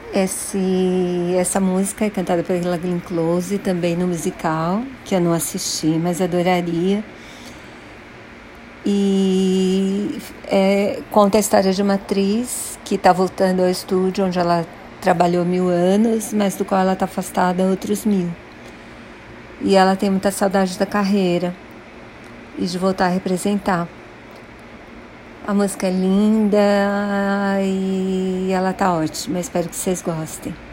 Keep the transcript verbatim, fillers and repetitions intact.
Esse, essa música é cantada pela Glenn Close, também no musical, que eu não assisti, mas adoraria. E é, conta a história de uma atriz que está voltando ao estúdio onde ela trabalhou mil anos, mas do qual ela está afastada há outros mil. E ela tem muita saudade da carreira e de voltar a representar. A música é linda e ela tá ótima, espero que vocês gostem.